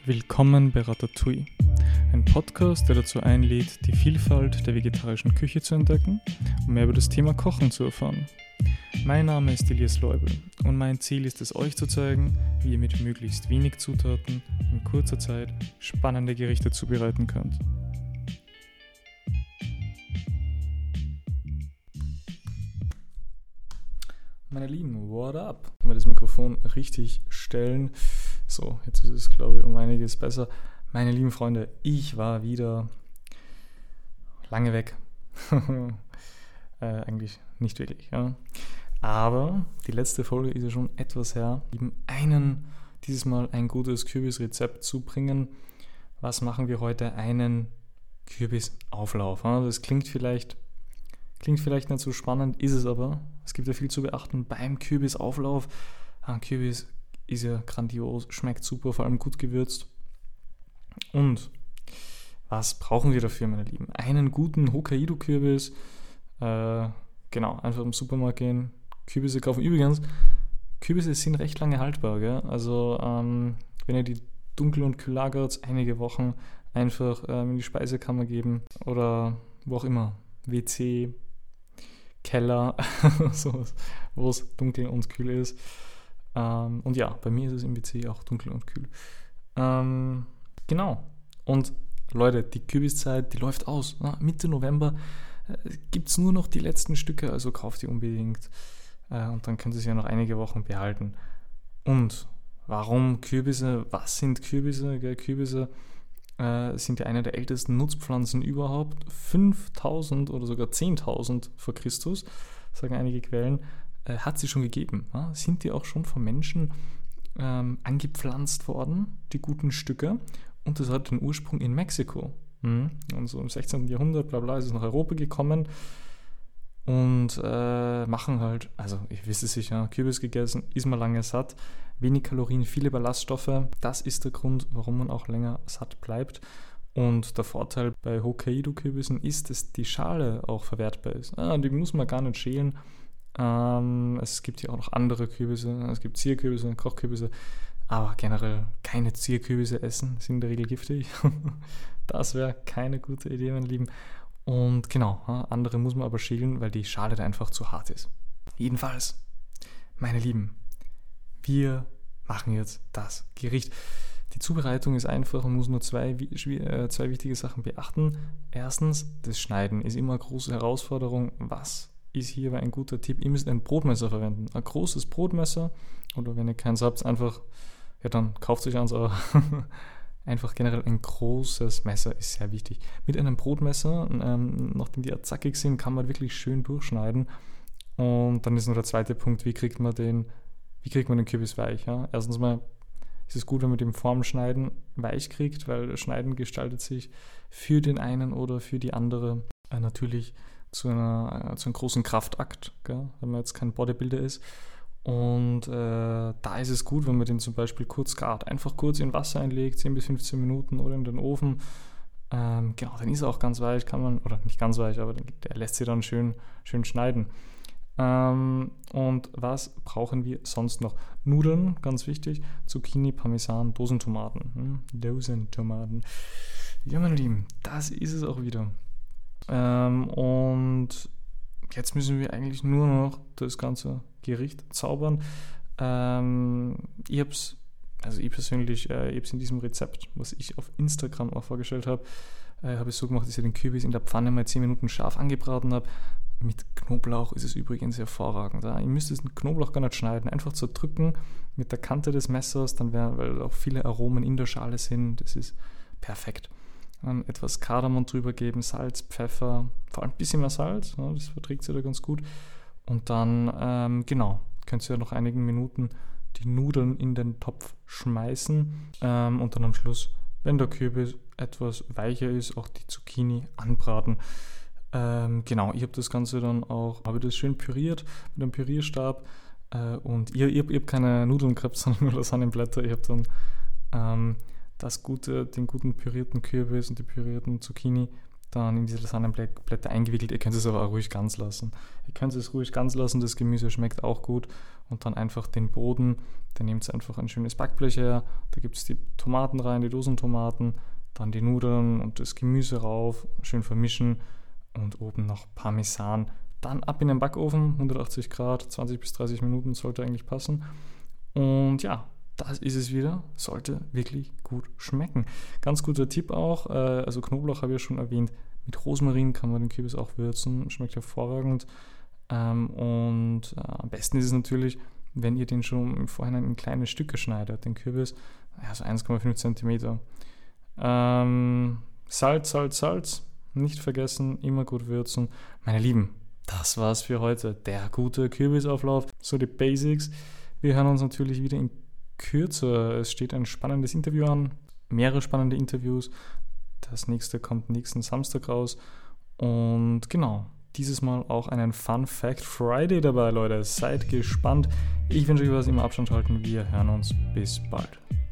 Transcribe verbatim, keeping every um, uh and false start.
Willkommen bei Ratatouille, ein Podcast, der dazu einlädt, die Vielfalt der vegetarischen Küche zu entdecken und mehr über das Thema Kochen zu erfahren. Mein Name ist Elias Leubel und mein Ziel ist es, euch zu zeigen, wie ihr mit möglichst wenig Zutaten in kurzer Zeit spannende Gerichte zubereiten könnt. Meine Lieben, what up? Mal das Mikrofon richtig stellen. So, jetzt ist es, glaube ich, um einiges besser. Meine lieben Freunde, ich war wieder lange weg. äh, eigentlich nicht wirklich, ja. Aber die letzte Folge ist ja schon etwas her. Eben einen, dieses Mal ein gutes Kürbisrezept zu bringen. Was machen wir heute? Einen Kürbisauflauf. Ja? Das klingt vielleicht, klingt vielleicht nicht so spannend, ist es aber. Es gibt ja viel zu beachten beim Kürbisauflauf. Ja, Kürbis ist ja grandios, schmeckt super, vor allem gut gewürzt. Und was brauchen wir dafür, meine Lieben? Einen guten Hokkaido-Kürbis. Äh, genau, einfach im Supermarkt gehen, Kürbisse kaufen. Übrigens, Kürbisse sind recht lange haltbar, gell? Also ähm, wenn ihr die dunkel und kühl lagert, einige Wochen einfach ähm, in die Speisekammer geben oder wo auch immer, W C, Keller, sowas, wo es dunkel und kühl ist. Ähm, und ja, bei mir ist es im W C auch dunkel und kühl. Ähm, genau. Und Leute, die Kürbiszeit, die läuft aus. Na, Mitte November äh, gibt es nur noch die letzten Stücke, also kauft die unbedingt. Äh, und dann könnt ihr sie ja noch einige Wochen behalten. Und warum Kürbisse? Was sind Kürbisse? Gell? Kürbisse äh, sind ja eine der ältesten Nutzpflanzen überhaupt. fünftausend oder sogar zehntausend vor Christus, sagen einige Quellen, äh, hat sie schon gegeben. Ja? Sind die auch schon von Menschen ähm, angepflanzt worden, die guten Stücke. Und das hat den Ursprung in Mexiko. Mhm. Und so im sechzehnten. Jahrhundert, bla bla, ist es nach Europa gekommen. Und äh, machen halt, also ich wisst es sicher, Kürbis gegessen, ist man lange satt. Wenig Kalorien, viele Ballaststoffe. Das ist der Grund, warum man auch länger satt bleibt. Und der Vorteil bei Hokkaido-Kürbissen ist, dass die Schale auch verwertbar ist. Ah, die muss man gar nicht schälen. Ähm, es gibt hier auch noch andere Kürbisse. Es gibt Zierkürbisse, Kochkürbisse. Aber generell keine Zierkürbisse essen, sind in der Regel giftig. Das wäre keine gute Idee, meine Lieben. Und genau, andere muss man aber schälen, weil die Schale da einfach zu hart ist. Jedenfalls, meine Lieben, wir machen jetzt das Gericht. Die Zubereitung ist einfach und muss nur zwei, äh, zwei wichtige Sachen beachten. Erstens, das Schneiden ist immer eine große Herausforderung. Was ist hierbei ein guter Tipp? Ihr müsst ein Brotmesser verwenden. Ein großes Brotmesser oder wenn ihr keins habt, einfach, ja dann kauft euch eins, aber einfach generell ein großes Messer ist sehr wichtig. Mit einem Brotmesser, ähm, nachdem die zackig sind, kann man wirklich schön durchschneiden. Und dann ist nur der zweite Punkt, wie kriegt man den, wie kriegt man den Kürbis weich? Ja? Erstens mal ist es gut, wenn man den vorm Schneiden weich kriegt, weil Schneiden gestaltet sich für den einen oder für die andere äh, natürlich zu, einer, äh, zu einem großen Kraftakt, gell? Wenn man jetzt kein Bodybuilder ist. Und äh, da ist es gut, wenn man den zum Beispiel kurz gart. Einfach kurz in Wasser einlegt, zehn bis fünfzehn Minuten oder in den Ofen. Ähm, genau, dann ist er auch ganz weich, kann man, oder nicht ganz weich, aber der lässt sich dann schön, schön schneiden. Ähm, und was brauchen wir sonst noch? Nudeln, ganz wichtig. Zucchini, Parmesan, Dosentomaten. Hm? Dosentomaten. Ja, meine Lieben, das ist es auch wieder. Ähm, und jetzt müssen wir eigentlich nur noch das ganze Gericht zaubern. Ähm, ich habe es, also ich persönlich, äh, ich habe es in diesem Rezept, was ich auf Instagram auch vorgestellt habe, äh, habe ich so gemacht, dass ich den Kürbis in der Pfanne mal zehn Minuten scharf angebraten habe. Mit Knoblauch ist es übrigens hervorragend. Ja? Ihr müsst den Knoblauch gar nicht schneiden, einfach zerdrücken mit der Kante des Messers, dann wär, weil auch viele Aromen in der Schale sind, das ist perfekt. Dann etwas Kardamom drüber geben, Salz, Pfeffer, vor allem ein bisschen mehr Salz, ja, das verträgt sich da ganz gut. Und dann, ähm, genau, könnt ihr noch einigen Minuten die Nudeln in den Topf schmeißen ähm, und dann am Schluss, wenn der Kürbis etwas weicher ist, auch die Zucchini anbraten. Ähm, genau, ich habe das Ganze dann auch, habe das schön püriert mit einem Pürierstab äh, und ihr, ihr, ihr habt keine Nudeln gehabt, sondern nur Lasagneμπlätter. Ich habe dann ähm, das gute, den guten pürierten Kürbis und die pürierten Zucchini dann in diese Lasagneblöcke eingewickelt. Ihr könnt es aber auch ruhig ganz lassen. Ihr könnt es ruhig ganz lassen, das Gemüse schmeckt auch gut. Und dann einfach den Boden, da nehmt ihr einfach ein schönes Backblech her, da gibt es die Tomaten rein, die Dosentomaten, dann die Nudeln und das Gemüse rauf, schön vermischen und oben noch Parmesan. Dann ab in den Backofen, hundertachtzig Grad, zwanzig bis dreißig Minuten sollte eigentlich passen. Und ja, das ist es wieder, sollte wirklich gut schmecken. Ganz guter Tipp auch, äh, also Knoblauch habe ich ja schon erwähnt, mit Rosmarin kann man den Kürbis auch würzen, schmeckt hervorragend. Ähm, und äh, am besten ist es natürlich, wenn ihr den schon im Vorhinein in kleine Stücke schneidet, den Kürbis, also eins Komma fünf Zentimeter. Ähm, Salz, Salz, Salz, nicht vergessen, immer gut würzen. Meine Lieben, das war's für heute, der gute Kürbisauflauf, so die Basics. Wir hören uns natürlich wieder in Kürze. Es steht ein spannendes Interview an, mehrere spannende Interviews. Das nächste kommt nächsten Samstag raus. Und genau, dieses Mal auch einen Fun Fact Friday dabei, Leute. Seid gespannt. Ich wünsche euch was, immer Abstand halten. Wir hören uns. Bis bald.